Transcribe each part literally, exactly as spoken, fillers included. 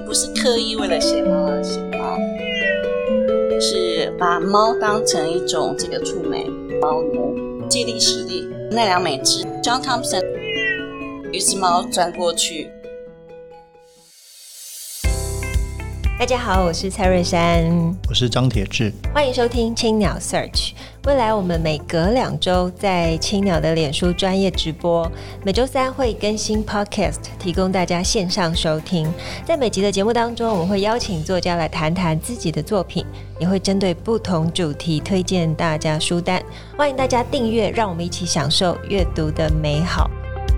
不是刻意为了写猫而写猫，是把猫当成一种这个触媒猫奴，借力使力。奈良美智 John Thompson 一只猫钻过去。 大家好，我是蔡瑞珊， 我是张铁志， 欢迎收听青鸟 Search。 未来我们每隔两周在青鸟的脸书专页直播，每周三会更新 Podcast 提供大家线上收听。在每集的节目当中，我们会邀请作家来谈谈自己的作品，也会针对不同主题推荐大家书单。欢迎大家订阅，让我们一起享受阅读的美好。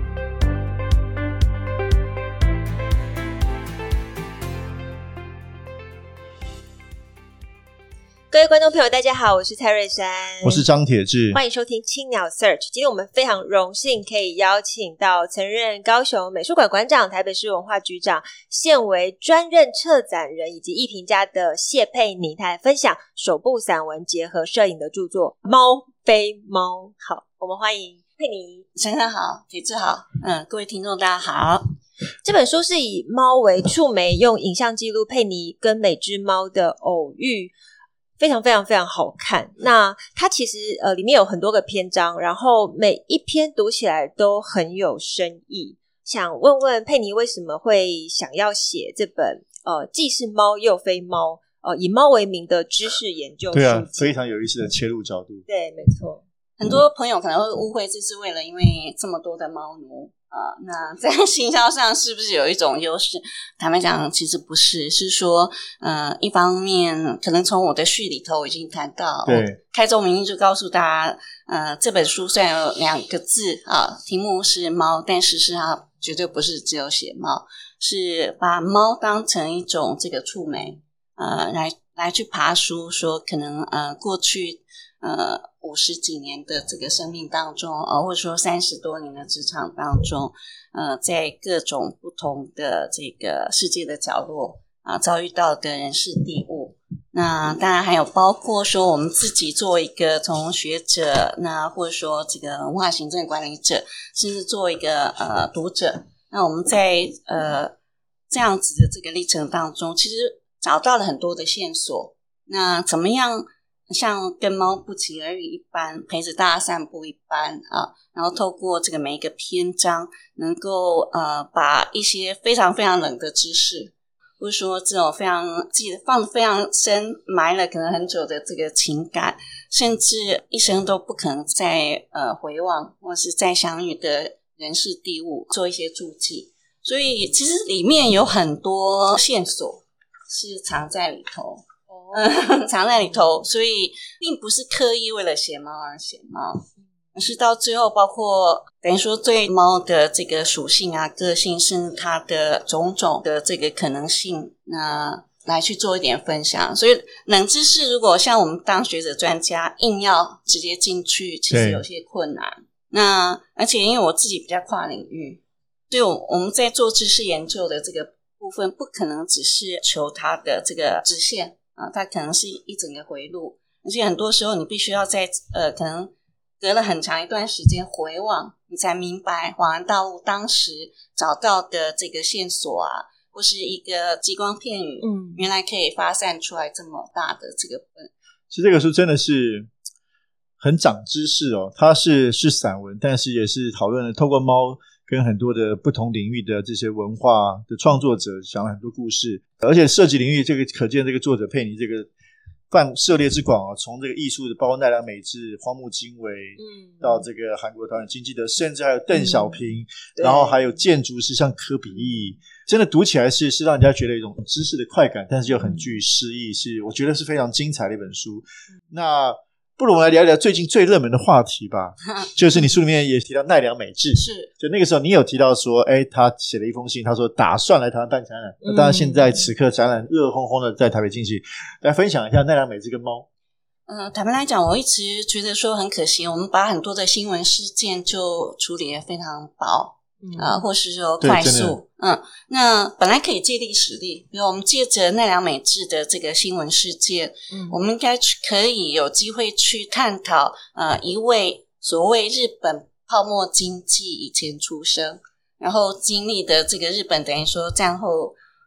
各位观众朋友大家好，我是蔡瑞珊， 我是张铁志， 欢迎收听青鸟 Search。 今天我们非常荣幸可以邀请到曾任高雄美术馆馆长、台北市文化局长，现为专任策展人以及艺评家的谢佩妮，她来分享首部散文结合摄影的著作《猫非猫》。好，我们欢迎佩妮。 先生好，铁志好，嗯，各位听众大家好。 这本书是以猫为触媒，用影像记录佩妮跟每只猫的偶遇，非常非常非常好看。那它其实呃里面有很多个篇章，然后每一篇读起来都很有深意。想问问佩妮为什么会想要写这本呃既是猫又非猫，呃以猫为名的知识研究书籍？ 对啊，非常有意思的切入角度。 对，没错。 很多朋友可能会误会这是为了因为这么多的猫奴啊、呃，那在行销上是不是有一种优势？坦白讲其实不是，是说呃，一方面可能从我的序里头已经谈到， 对， 开宗明义就告诉大家呃，这本书虽然有两个字啊，题目是猫，但事实上绝对不是只有写猫，是把猫当成一种这个触媒呃，来来去爬书，说可能呃过去呃五十几年的这个生命当中，呃，或者说三十多年的职场当中，呃，在各种不同的这个世界的角落啊、呃，遭遇到的人事地物。那当然还有包括说我们自己作为一个从学者，那或者说这个文化行政管理者，甚至作为一个呃读者，那我们在呃这样子的这个历程当中，其实找到了很多的线索。那怎么样像跟猫不期而遇一般，陪着大家散步一般啊，然后透过这个每一个篇章，能够呃把一些非常非常冷的知识，或者说这种非常记得放得非常深，埋了可能很久的这个情感，甚至一生都不可能再呃回望或是再相遇的人事地物，做一些注记。所以其实里面有很多线索是藏在里头。嗯，藏在里头，所以并不是刻意为了写猫而写猫，而是到最后包括等于说对猫的这个属性啊、个性，甚至它的种种的这个可能性，那来去做一点分享。所以冷知识如果像我们当学者专家硬要直接进去，其实有些困难。那而且因为我自己比较跨领域，所以我们在做知识研究的这个部分，不可能只是求它的这个直线啊，它可能是一整个回路，而且很多时候你必须要在呃，可能隔了很长一段时间回望，你才明白恍然大悟当时找到的这个线索啊，或是一个激光片语，嗯，原来可以发散出来这么大的这个分。 其实这个书真的是很长知识哦，它是是散文，但是也是讨论了透过猫跟很多的不同领域的这些文化的创作者讲了很多故事，而且涉及领域这个可见这个作者佩妮这个范涉猎之广啊，从这个艺术的包括奈良美智、荒木经惟、嗯、到这个韩国导演金基德，甚至还有邓小平、嗯、然后还有建筑师像柯比意，真的读起来是是让人家觉得一种知识的快感，但是又很具诗意，是我觉得是非常精彩的一本书。那不如我们来聊聊最近最热门的话题吧，就是你书里面也提到奈良美智， 是就那个时候你有提到说，哎，他写了一封信，他说打算来台湾办展览，嗯、当然现在此刻展览热烘烘的在台北进行，来分享一下奈良美智跟猫。 呃，坦白来讲，我一直觉得说很可惜，我们把很多的新闻事件就处理得非常薄。啊、呃，或是说快速，嗯，那本来可以借力使力，比如我们借着奈良美智的这个新闻事件，嗯，我们应该可以有机会去探讨，呃，一位所谓日本泡沫经济以前出生，然后经历的这个日本等于说战后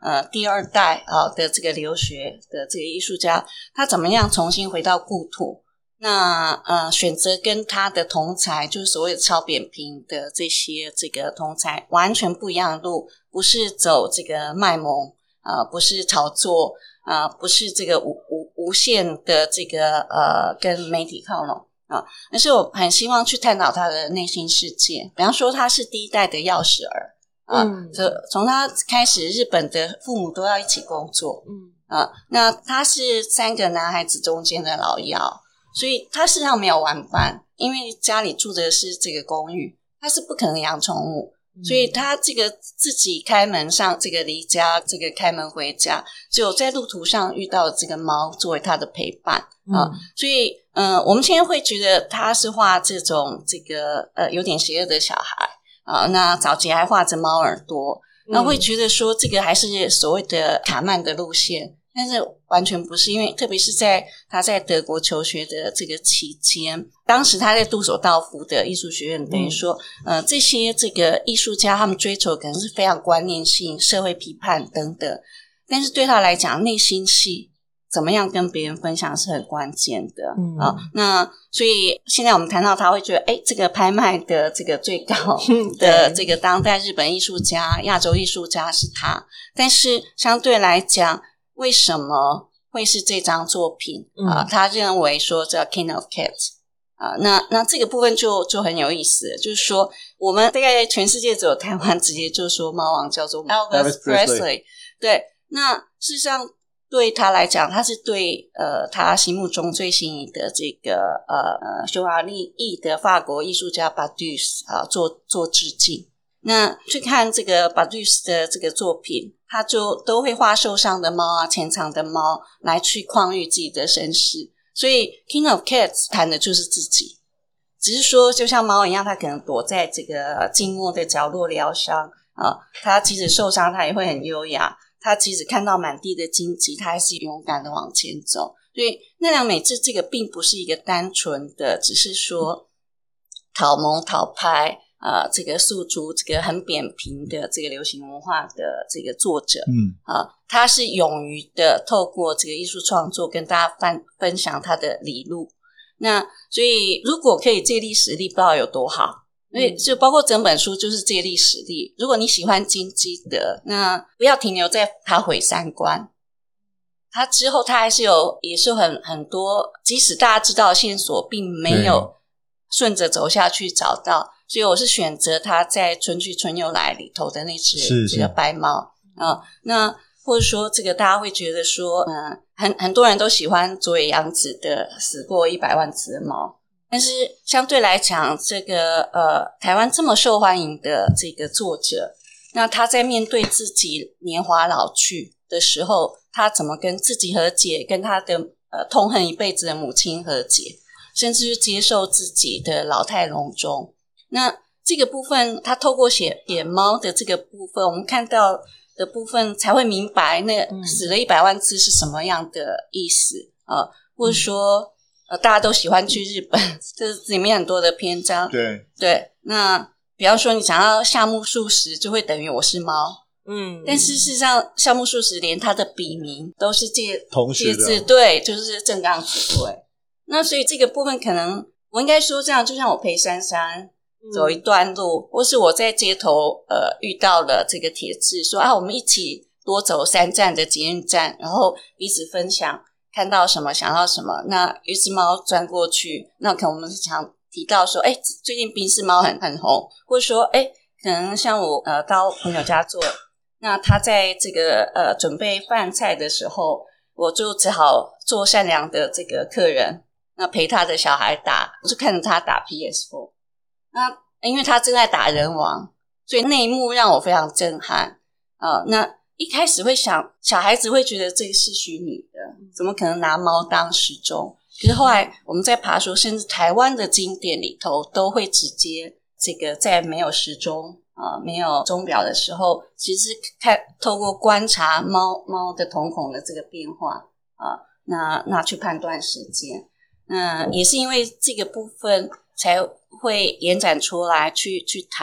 呃第二代啊的这个留学的这个艺术家，他怎么样重新回到故土，那呃选择跟他的同才，就是所谓的超扁平的这些这个同才完全不一样的路，不是走这个卖萌呃不是炒作呃不是这个无无无限的这个呃跟媒体靠拢啊，但是我很希望去探讨他的内心世界。比方说他是第一代的钥匙儿啊， 嗯， 从他开始日本的父母都要一起工作， 嗯啊，那他是三个男孩子中间的老幺，所以他事实上没有玩伴，因为家里住的是这个公寓，他是不可能养宠物，所以他这个自己开门上这个离家，这个开门回家，只有在路途上遇到这个猫作为他的陪伴啊， 嗯， 所以呃，我们现在会觉得他是画这种这个呃有点邪恶的小孩啊，那早期还画着猫耳朵，那会觉得说这个还是所谓的卡曼的路线，但是完全不是，因为特别是在他在德国求学的这个期间，当时他在杜索道夫的艺术学院，等于说呃这些这个艺术家他们追求可能是非常观念性、社会批判等等，但是对他来讲内心戏怎么样跟别人分享是很关键的、嗯、啊。那所以现在我们谈到他会觉得诶这个拍卖的这个最高的这个当代日本艺术家、亚洲艺术家是他，但是相对来讲为什么会是这张作品、嗯、啊？他认为说这 King of Cats 啊，那那这个部分就就很有意思了，就是说我们大概全世界只有台湾直接就说猫王叫做 Elvis Presley， 对，那事实上对他来讲，他是对呃他心目中最心仪的这个呃匈牙利裔的法国艺术家 Bardus 啊做做致敬。那去看这个 Bardus 的这个作品，他就都会画受伤的猫啊、潜藏的猫来去况喻自己的身世。所以 King of Cats 谈的就是自己，只是说就像猫一样，他可能躲在这个静默的角落疗伤啊，他即使受伤，他也会很优雅。他即使看到满地的荆棘，他还是勇敢的往前走。所以奈良美智这个并不是一个单纯的只是说讨萌讨拍呃，这个诉诸这个很扁平的这个流行文化的这个作者， 嗯啊，他是勇于的透过这个艺术创作跟大家分分享他的理路。那所以如果可以借力使力，不知道有多好。所以就包括整本书就是借力使力。如果你喜欢金基德，那不要停留在他毁三观，他之后他还是有也是很很多，即使大家知道线索并没有顺着走下去找到，所以我是选择他在春去春又来里头的那只这个白猫啊、呃。那或者说这个大家会觉得说嗯、呃，很很多人都喜欢佐野洋子的死过一百万次的猫，但是相对来讲这个呃台湾这么受欢迎的这个作者，那他在面对自己年华老去的时候，他怎么跟自己和解，跟他的呃痛恨一辈子的母亲和解，甚至是接受自己的老态龙钟。那这个部分他透过写野猫的这个部分，我们看到的部分才会明白那死了一百万次是什么样的意思啊、呃，或者说呃，大家都喜欢去日本，这里面很多的篇章。 对对，那比方说你想要夏目漱石，就会等于我是猫。 嗯， 但是事实上，夏目漱石连他的笔名都是借同时的借字，对，就是正冈子贵。那所以这个部分可能我应该说这样，就像我陪珊珊走一段路，嗯、或是我在街头呃遇到了这个帖字，说啊，我们一起多走三站的捷运站，然后彼此分享。看到什么想到什么，那有一只猫钻过去，那可能我们常提到说诶最近宾士猫很很红，或者说诶可能像我呃到朋友家做，那他在这个呃准备饭菜的时候，我就只好做善良的这个客人，那陪他的小孩打，我就看着他打 P S 四， 那因为他正在打人王，所以那一幕让我非常震撼啊、呃、那一开始会想小孩子会觉得这个是虚拟的，怎么可能拿猫当时钟，可是后来我们在爬说甚至台湾的经典里头都会直接这个在没有时钟啊、呃、没有钟表的时候，其实看透过观察猫猫的瞳孔的这个变化啊、呃、那那去判断时间，那也是因为这个部分才会延展出来去去谈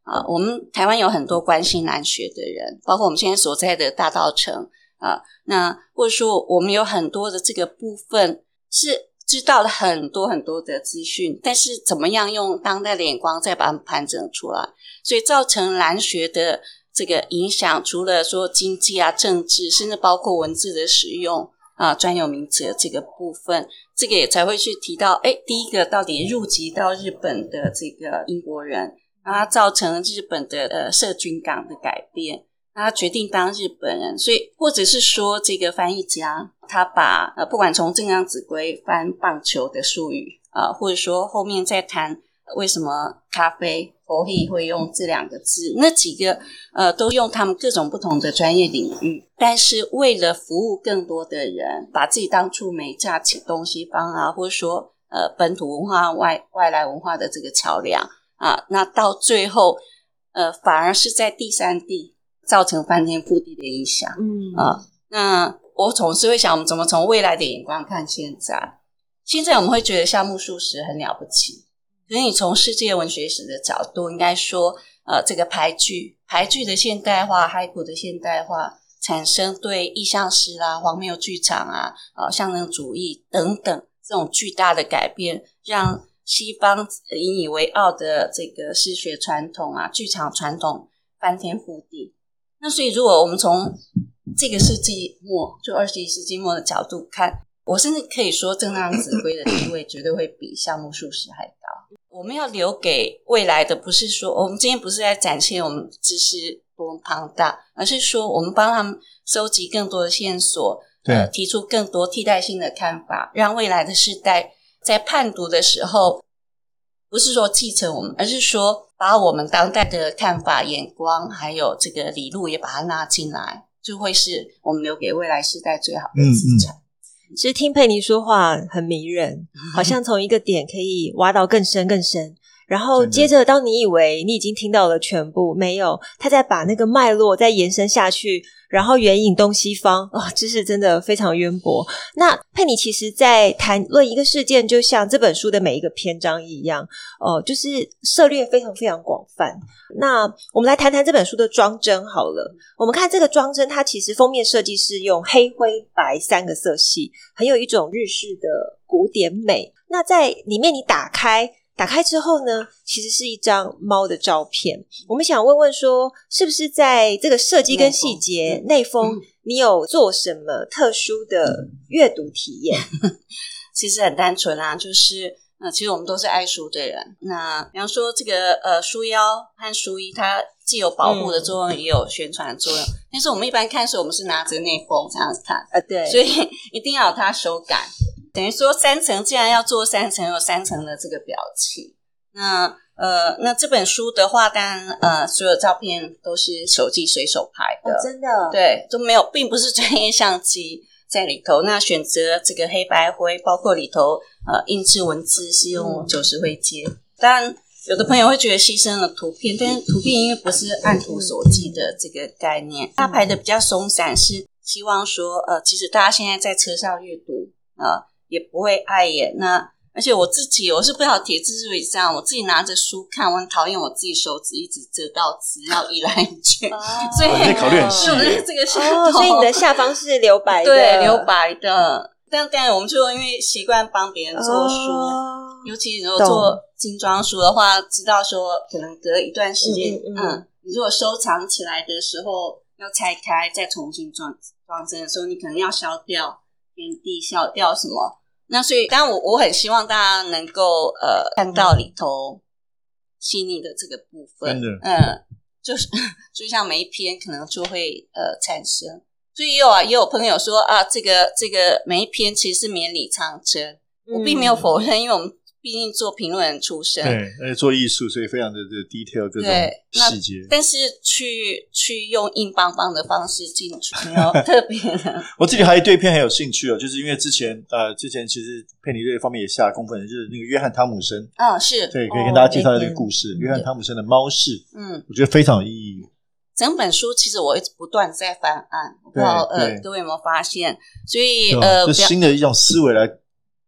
啊，我们台湾有很多关心蓝学的人，包括我们现在所在的大稻埕啊，那或者说我们有很多的这个部分是知道了很多很多的资讯，但是怎么样用当代的眼光再把它们盘整出来，所以造成蓝学的这个影响，除了说经济啊、政治，甚至包括文字的使用啊、专有名词的这个部分，这个也才会去提到，诶，第一个到底入籍到日本的这个英国人，让他造成日本的呃设军港的改变，让他决定当日本人，所以或者是说这个翻译家他把呃不管从正阳子规翻棒球的术语啊、呃，或者说后面再谈为什么咖啡coffee会用这两个字，那几个呃都用他们各种不同的专业领域，但是为了服务更多的人，把自己当触媒架起东西方啊，或者说呃本土文化外外来文化的这个桥梁啊，那到最后呃反而是在第三地造成翻天覆地的影响。嗯啊，那我总是会想我们怎么从未来的眼光看现在，现在我们会觉得夏目漱石很了不起，可是你从世界文学史的角度应该说呃，这个俳句俳句的现代化，俳句的现代化产生对意象诗啦、荒谬剧场啊、呃、象征主义等等这种巨大的改变，让西方引以为傲的这个诗学传统啊、剧场传统翻天覆地。那所以如果我们从这个世纪末就二十一世纪末的角度看，我甚至可以说正阳子规的地位绝对会比夏目漱石还高。我们要留给未来的不是说我们今天不是在展现我们知识多庞大，而是说我们帮他们收集更多的线索，呃，提出更多替代性的看法，让未来的世代在判读的时候不是说继承我们，而是说把我们当代的看法、眼光还有这个理路也把它纳进来，就会是我们留给未来世代最好的资产。 嗯嗯其实听佩妮说话很迷人，好像从一个点可以挖到更深更深，然后接着当你以为你已经听到了全部，没有，他再把那个脉络再延伸下去，然后援引东西方，哦，知识真的非常渊博。那佩妮其实在谈论一个事件，就像这本书的每一个篇章一样，呃，就是涉猎非常非常广泛。那我们来谈谈这本书的装帧好了。我们看这个装帧，它其实封面设计是用黑灰白三个色系，很有一种日式的古典美。那在里面你打开打开之后呢，其实是一张猫的照片。我们想问问说，是不是在这个设计跟细节内封，你有做什么特殊的阅读体验？ 其实很单纯啊，就是呃，其实我们都是爱书的人。那比方说这个呃书腰和书衣，它既有保护的作用，嗯、也有宣传的作用。但是我们一般看书，我们是拿着内封这样子看啊，对， 所以一定要有它手感。等于说三层，既然要做三层，有三层的这个表情。那呃，那这本书的话，当然呃，所有照片都是手机随手拍的， 哦、真的， 对，都没有，并不是专业相机在里头。那选择这个黑白灰，包括里头呃印制文字是用九十灰阶。当然，有的朋友会觉得牺牲了图片，但是图片因为不是按图索骥的这个概念，它排的比较松散，是希望说呃，其实大家现在在车上阅读啊。呃也不会碍眼。那而且我自己我是不晓得铁字是不是这样，我自己拿着书看，我很讨厌我自己手指一直折到纸要移来移去，哦、所以你考虑很细耶， 这个下头、 哦、所以你的下方是留白的， 对，留白的。但当然我们就因为习惯帮别人做书、哦、尤其如果做精装书的话，知道说可能隔一段时间 嗯, 嗯, 嗯你如果收藏起来的时候要拆开再重新装装帧的时候，你可能要消掉原地消掉什么，那所以当然我我很希望大家能够呃看到里头细腻的这个部分，嗯，就是就像每一篇可能就会呃产生，所以也有啊也有朋友说啊这个这个每一篇其实是绵里藏针，我并没有否认，因为我们毕竟做评论人出身， 对，而且做艺术，所以非常的 detail 各种细节。 但是去去用硬邦邦的方式进去，没有特别的。 我自己还对一篇很有兴趣哦，就是因为之前呃，之前其实佩妮这方面也下功夫，就是那个约翰汤姆森， 嗯，是， 对，可以跟大家介绍这个故事。哦、约翰汤姆森的《猫式》，嗯，我觉得非常有意义。 整本书其实我一直不断在翻案，我不知道呃各位有没有发现？所以呃， 就新的一种思维来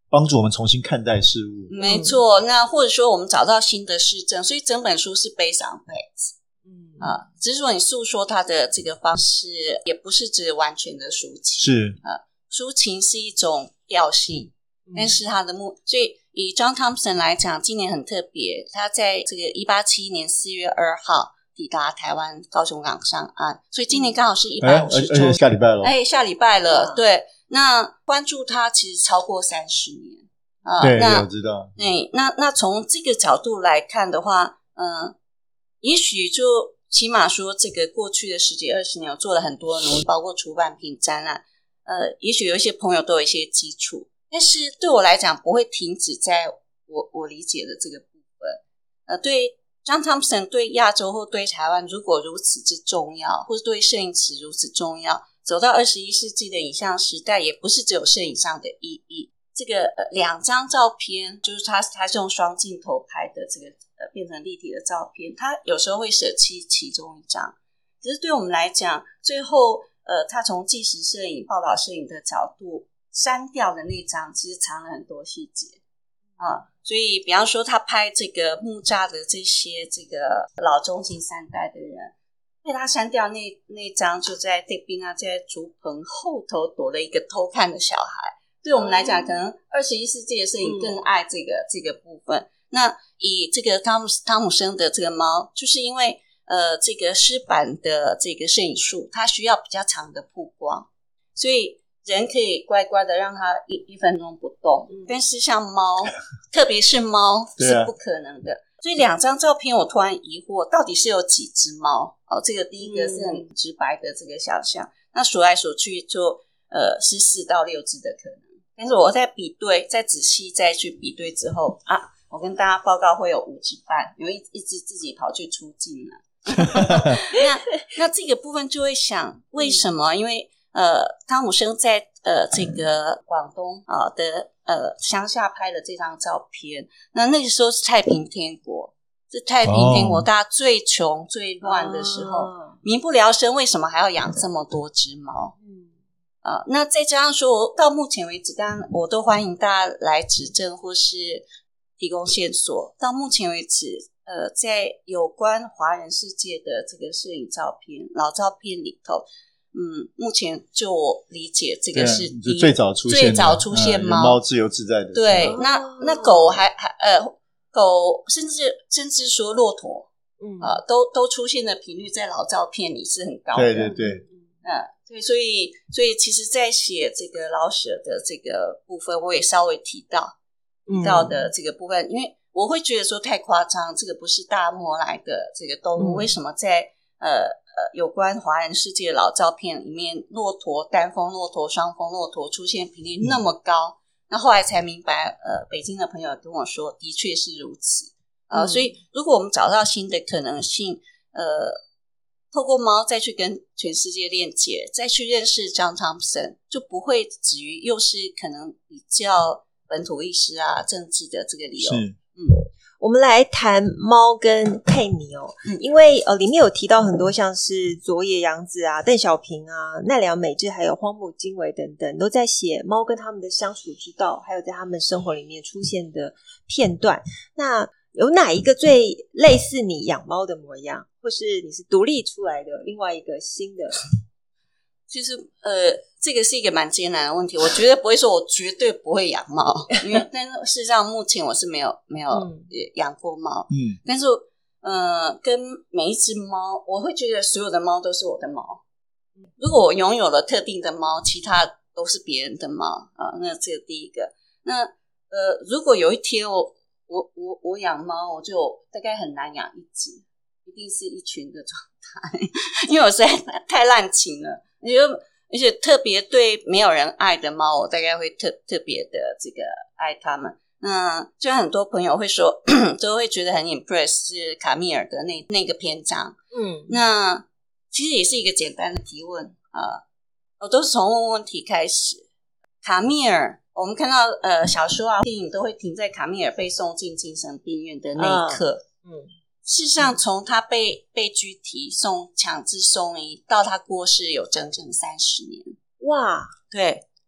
帮助我们重新看待事物。 没错，那或者说我们找到新的事证，所以整本书是 based on facts。嗯啊，只是说你诉说它的这个方式，也不是指完全的抒情， 是啊，抒情是一种调性，嗯、但是它的目，所以以 John Thompson 来讲，今年很特别，他在这个一八七一年四月二号抵达台湾高雄港上岸，所以今年刚好是一百五十周， 而且下礼拜了， 哎，下礼拜了，对。那关注他其实超过三十年啊， 对， 那我知道。 哎，那那从这个角度来看的话，嗯、呃，也许就起码说，这个过去的十几二十年，我做了很多努力，包括出版品、展览，呃，也许有一些朋友都有一些基础，但是对我来讲，不会停止在我我理解的这个部分。呃，对 John Thompson 对亚洲或对台湾，如果如此之重要，或者对摄影史如此重要。走到二十一世纪的影像时代，也不是只有摄影上的意义。这个呃两张照片，就是他他是用双镜头拍的，这个呃变成立体的照片，他有时候会舍弃其中一张。可是对我们来讲，最后呃他从纪实摄影、报道摄影的角度删掉的那张，其实藏了很多细节啊。所以，比方说他拍这个木栅的这些这个老中青三代的人。被他删掉那那张，就在地兵啊，在竹棚后头躲了一个偷看的小孩。对我们来讲，可能二十一世纪的摄影更爱这个、嗯、这个部分。那以这个汤姆汤姆生的这个猫，就是因为呃这个湿版的这个摄影术，它需要比较长的曝光，所以人可以乖乖的让它一一分钟不动，嗯、但是像猫，特别是猫是不可能的。所以两张照片我突然疑惑，到底是有几只猫？哦，这个第一个是很直白的这个想象，嗯、那数来数去就呃是四到六只的可能。但是我在比对，再仔细再去比对之后啊，我跟大家报告会有五只半，有一一只自己跑去出镜了。那那这个部分就会想，为什么？因为呃，汤姆生在呃这个广东啊的呃乡下拍的这张照片，那那个时候是太平天国，是太平天国、哦、大家最穷最乱的时候、哦，民不聊生，为什么还要养这么多只猫？嗯啊，那再加上说，到目前为止，当然我都欢迎大家来指正或是提供线索。到目前为止，呃，在有关华人世界的这个摄影照片、老照片里头。嗯，目前就我理解，这个是第一最早出现最早出现猫、 嗯、猫自由自在的。 对，哦、那那狗还还呃，狗甚至甚至说骆驼，嗯啊、呃，都都出现的频率在老照片里是很高的。 对对对， 嗯，对，所以所以其实，在写这个老舍的这个部分，我也稍微提到提到的这个部分，嗯、因为我会觉得说太夸张，这个不是大漠来的这个动物，嗯、为什么在呃？呃，有关华人世界的老照片里面，骆驼、单峰骆驼、双峰骆驼出现频率那么高，嗯、那后来才明白，呃，北京的朋友跟我说，的确是如此。呃，嗯、所以如果我们找到新的可能性，呃，透过猫再去跟全世界链接，再去认识 John Thompson， 就不会止于又是可能比较本土意识啊、政治的这个理由。 是， 嗯。 我们来谈猫跟佩妮哦，嗯、因为呃里面有提到很多像是佐野洋子啊、邓小平啊、奈良美智还有荒木经惟等等，都在写猫跟他们的相处之道，还有在他们生活里面出现的片段。那有哪一个最类似你养猫的模样，或是你是独立出来的另外一个新的？ 其实呃，这个是一个蛮艰难的问题。我绝对不会说我绝对不会养猫，因为但是事实上目前我是没有没有养过猫。嗯，但是呃，跟每一只猫，我会觉得所有的猫都是我的猫。如果我拥有了特定的猫，其他都是别人的猫啊。那这个第一个。那呃，如果有一天我我我我养猫，我就大概很难养一只，一定是一群的状态，因为我实在太滥情了。而且特别对没有人爱的猫，我大概会特特别的这个爱它们。那就很多朋友会说，都会觉得很 impress 是卡米尔的那那个篇章。嗯，那其实也是一个简单的提问啊、呃，我都是从问问题开始。卡米尔，我们看到呃小说啊、电影都会停在卡米尔被送进精神病院的那一刻。嗯。嗯事实上，从他被被拘提、送强制送医到他过世，有整整三十年。 哇， 对，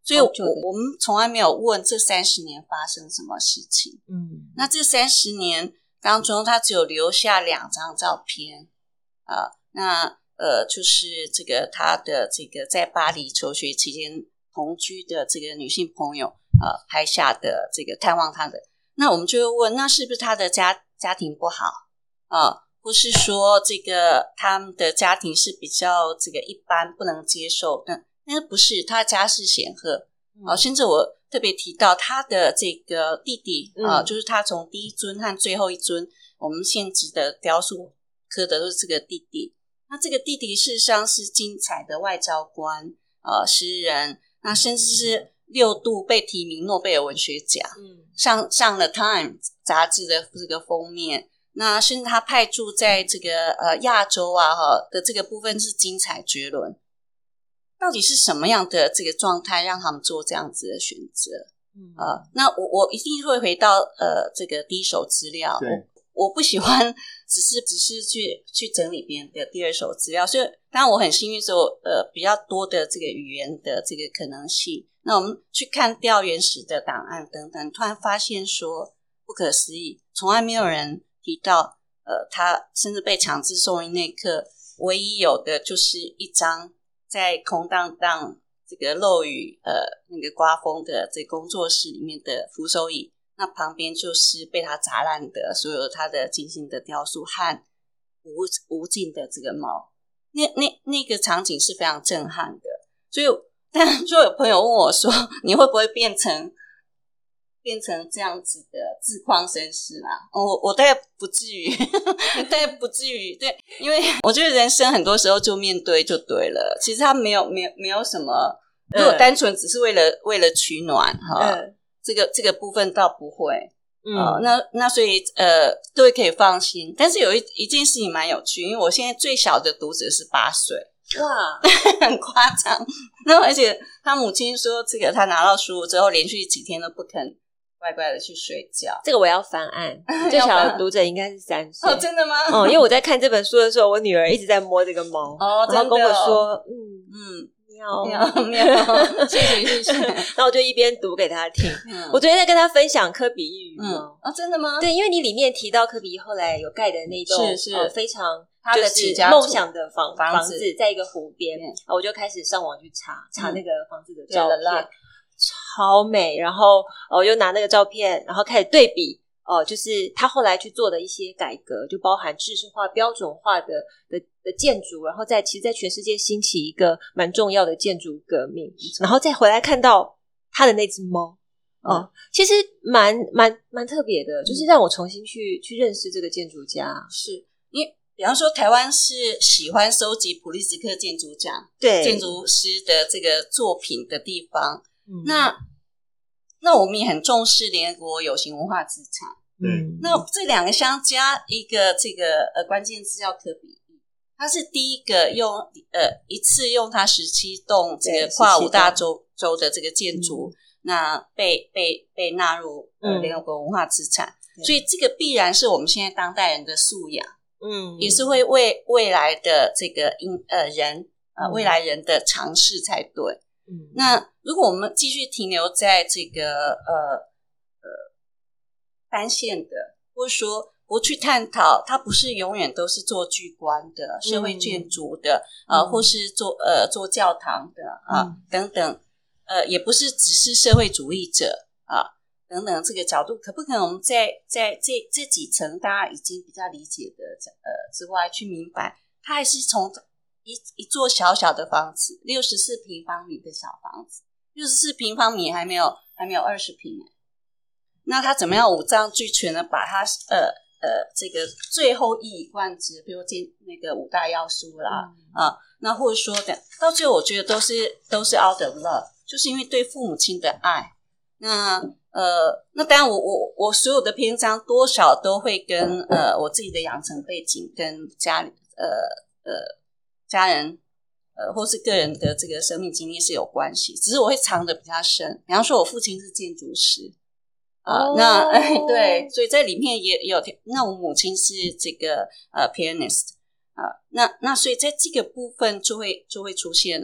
所以我我们从来没有问这三十年发生什么事情。 嗯， 那这三十年当中，他只有留下两张照片啊、呃，那呃，就是这个他的这个在巴黎求学期间同居的这个女性朋友呃拍下的这个探望他的。那我们就会问，那是不是他的家家庭不好啊、呃？或是说这个他们的家庭是比较这个一般不能接受的？那不是，他家世显赫啊、呃，甚至我特别提到他的这个弟弟啊、呃嗯，就是他从第一尊和最后一尊我们现职的雕塑刻的都是这个弟弟。那这个弟弟事实上是精彩的外交官呃诗人，那甚至是六度被提名诺贝尔文学奖，嗯，上上了 Time 杂志的这个封面。那甚至他派驻在这个呃亚洲啊哈的这个部分是精彩绝伦。到底是什么样的这个状态让他们做这样子的选择？嗯，呃，那我我一定会回到呃这个第一手资料。 对， 我我不喜欢只是只是去去整理别人的第二手资料，所以当然我很幸运说呃比较多的这个语言的这个可能性。那我们去看调原始的档案等等，突然发现说不可思议，从来没有人提到呃他甚至被强制送医那刻，唯一有的就是一张在空荡荡这个漏雨呃那个刮风的这工作室里面的扶手椅，那旁边就是被他砸烂的所有他的精心的雕塑和无无尽的这个猫，那那那个场景是非常震撼的。所以当然就有朋友问我说，你会不会变成变成这样子的自况绅士啦？我我大概不至于大概不至于，对，因为我觉得人生很多时候就面对就对了，其实他没有没有没有什么，如果单纯只是为了、嗯、为了取暖哈、嗯，这个这个部分倒不会，嗯，呃、那那所以呃各位可以放心。但是有一一件事情蛮有趣，因为我现在最小的读者是八岁，哇，很夸张。那而且他母亲说，这个他拿到书之后，连续几天都不肯乖乖的去睡觉。 这个我要翻案，最小的读者应该是三岁。 哦，真的吗？ 哦，因为我在看这本书的时候，我女儿一直在摸这个猫， 哦， 然后跟我说， 嗯嗯， 喵喵喵，谢谢谢谢。 然后我就一边读给她听。嗯、我昨天在跟她分享科比一语猫。 嗯，哦，真的吗？ 对，因为你里面提到科比后来有盖的那栋是是、 呃、非常。 他的就是梦想的房房子在一个湖边，嗯、我就开始上网去查查那个房子的照片，嗯、超美。然后我又拿那个照片，然后开始对比，哦、呃，就是他后来去做的一些改革，就包含制式化、标准化的的的建筑，然后在其实，在全世界兴起一个蛮重要的建筑革命，然后再回来看到他的那只猫。哦、嗯，其实蛮蛮蛮特别的，就是让我重新去去认识这个建筑家。 是因为比方说台湾是喜欢收集普利兹克建筑奖对建筑师的这个作品的地方，嗯、那那我们也很重视联合国有形文化资产。 嗯， 那这两个相加一个这个呃关键字叫科比，他是第一个用呃一次用他十七栋这个跨五大洲洲的这个建筑，嗯、那被被被纳入呃联合国文化资产，嗯、所以这个必然是我们现在当代人的素养。嗯，也是会为未来的这个呃人呃、嗯、未来人的尝试才对。嗯，那如果我们继续停留在这个呃呃单线的，或者说不去探讨，它不是永远都是做巨观的、嗯、社会建筑的啊、呃嗯，或是做呃做教堂的啊、嗯、等等，呃，也不是只是社会主义者啊。等等这个角度，可不可能我们在在这这几层大家已经比较理解的呃之外，去明白它还是从一一座小小的房子，六十四平方米的小房子，六十四平方米还没有还没有二十平，那它怎么样五脏俱全的把它呃呃这个最后一以贯之，比如今那个五大要素啦、嗯、啊，那或者说的到最后，我觉得都是都是 out of love， 就是因为对父母亲的爱。那呃，那当然我，我我我所有的篇章多少都会跟呃我自己的养成背景、跟家里呃呃家人呃或是个人的这个生命经历是有关系，只是我会藏得比较深。比方说，我父亲是建筑师啊、呃， oh. 那哎对，所以在里面也有。那我母亲是这个呃 pianist 啊、呃，那那所以在这个部分就会就会出现了。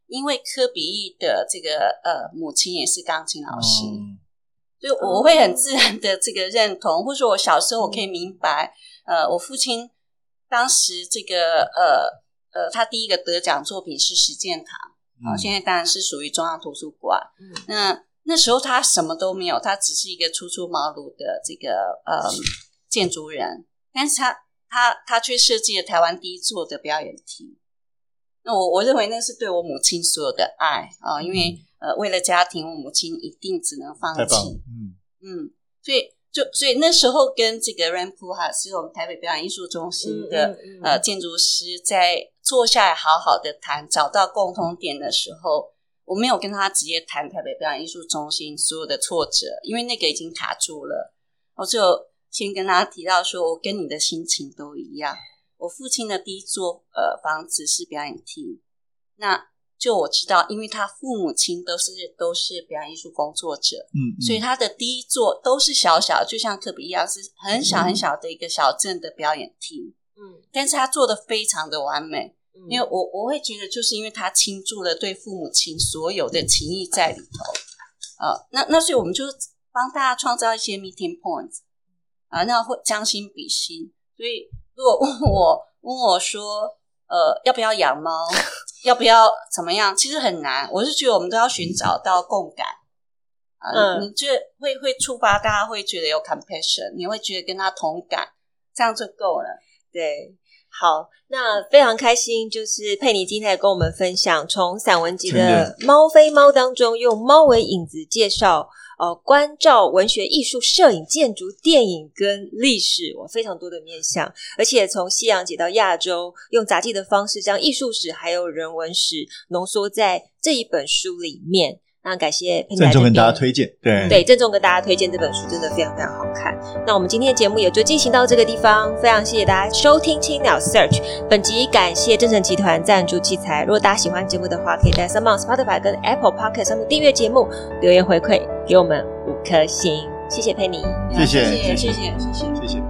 因为柯比意的这个呃母亲也是钢琴老师， 嗯、 所以我会很自然的这个认同，或者说我小时候我可以明白，呃，我父亲当时这个呃呃，他第一个得奖作品是实践堂，啊、嗯，现在当然是属于中央图书馆。嗯，那那时候他什么都没有，他只是一个初出茅庐的这个呃建筑人，但是他他他却设计了台湾第一座的表演厅。那我我认为那是对我母亲所有的爱啊、呃，因为呃为了家庭，我母亲一定只能放弃。嗯嗯，所以就所以那时候跟这个 Rampu 哈是我们台北表演艺术中心的、嗯嗯嗯、呃建筑师在坐下来好好的谈，找到共同点的时候，我没有跟他直接谈台北表演艺术中心所有的挫折，因为那个已经卡住了。我就先跟他提到说，我跟你的心情都一样。我父亲的第一座呃房子是表演厅，那就我知道，因为他父母亲都是都是表演艺术工作者，嗯，嗯所以他的第一座都是小小，就像科比一样，是很小很小的一个小镇的表演厅，嗯，但是他做的非常的完美，嗯、因为我我会觉得，就是因为他倾注了对父母亲所有的情谊在里头，呃，那那所以我们就帮大家创造一些 meeting points， 啊，那会将心比心，所以。如果问我问我说，呃，要不要养猫，要不要怎么样？其实很难。我是觉得我们都要寻找到共感，呃、嗯，你就会会触发大家会觉得有 compassion， 你会觉得跟他同感，这样就够了。 对，好，那非常开心，就是佩妮今天也跟我们分享，从散文集的《猫非猫》当中，用猫为引子介绍。呃，关照文学、艺术、摄影、建筑、电影跟历史，我非常多的面向，而且从西洋解到亚洲，用杂技的方式将艺术史还有人文史浓缩在这一本书里面。那感谢佩妮来这边郑重跟大家推荐，对对，郑重跟大家推荐这本书，真的非常非常好看。那我们今天的节目也就进行到这个地方，非常谢谢大家收听青鸟 Search。本集感谢正成集团赞助器材。如果大家喜欢节目的话，可以在 Spotify 跟 Apple Podcast 上面订阅节目，留言回馈给我们五颗星。谢谢佩妮， 谢谢谢谢谢谢谢谢谢谢。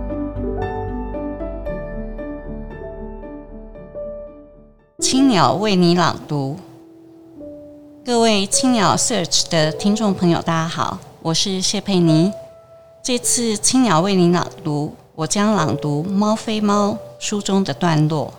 青鸟为你朗读。各位青鸟 Search 的听众朋友大家好，我是谢佩妮。这次青鸟为你朗读，我将朗读《猫非猫》书中的段落。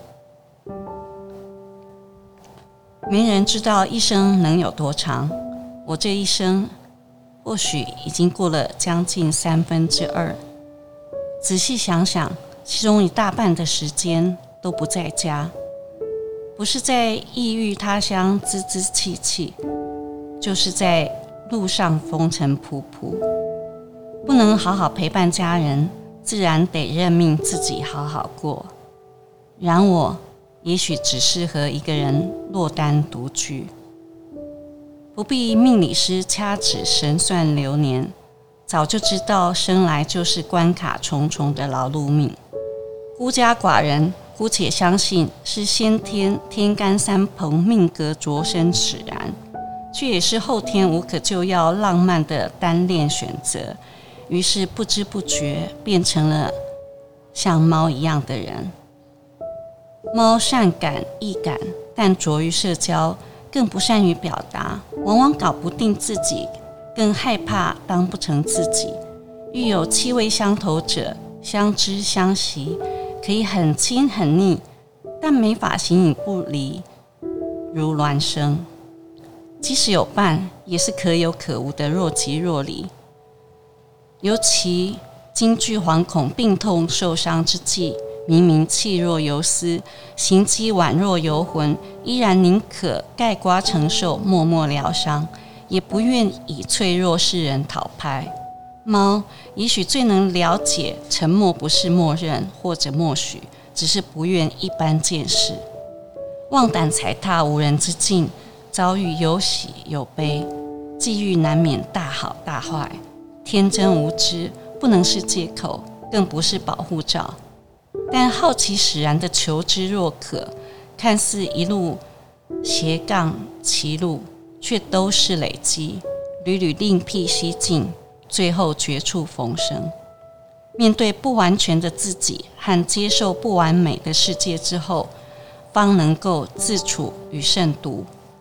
没人知道一生能有多长，我这一生或许已经过了将近三分之二。仔细想想，其中一大半的时间都不在家，不是在异域他乡滋滋气气，就是在路上风尘仆仆。不能好好陪伴家人，自然得认命自己好好过。然我也许只适合一个人落单独居，不必命理师掐指神算流年，早就知道生来就是关卡重重的劳碌命。孤家寡人姑且相信是先天天干三朋命格着身使然，却也是后天无可救药浪漫的单恋选择，于是不知不觉变成了像猫一样的人。猫善感易感，但拙于社交，更不善于表达，往往搞不定自己，更害怕当不成自己。遇有气味相投者，相知相惜，可以很亲很腻，但没法形影不离，如孪生。即使有伴，也是可有可无的若即若离。尤其惊惧惶恐、病痛受伤之际，明明气若游丝，行迹宛若游魂，依然宁可盖瓜承受，默默疗伤，也不愿以脆弱世人讨拍。猫也许最能了解，沉默不是默认或者默许，只是不愿一般见识。妄胆踩踏无人之境，遭遇有喜有悲，际遇难免大好大坏。天真无知不能是借口，更不是保护罩。但好奇使然的求知若渴，看似一路斜杠歧路，却都是累积，屡屡另辟蹊径，最后绝处逢生。面对不完全的自己和接受不完美的世界之后，方能够自处与慎独，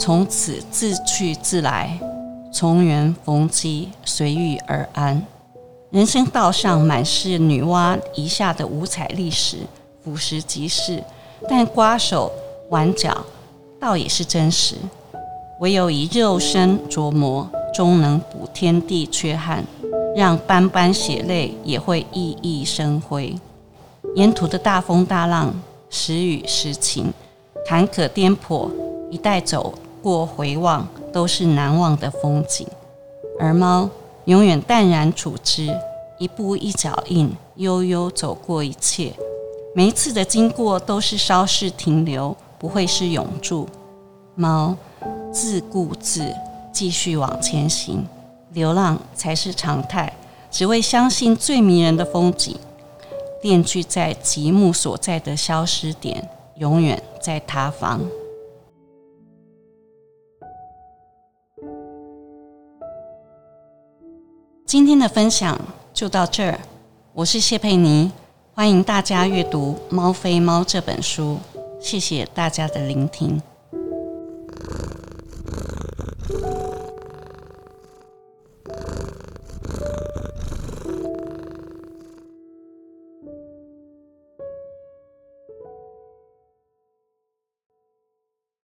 从此自去自来，从缘逢机，随遇而安。人生道上满是女娲遗下的五彩历史，俯拾即是，但刮手挽脚倒也是真实。唯有以肉身琢磨，终能补天地缺憾，让斑斑血泪也会熠熠生辉。沿途的大风大浪，时雨时晴，坎坷颠簸，一带走过回望，都是难忘的风景。而猫永远淡然处之，一步一脚印，悠悠走过一切。每一次的经过都是稍事停留，不会是永驻。猫自顾自继续往前行，流浪才是常态，只为相信最迷人的风景。恋具在极目所在的消失点，永远在他方。今天的分享就到这儿，我是谢佩妮，欢迎大家阅读《猫非猫》这本书，谢谢大家的聆听。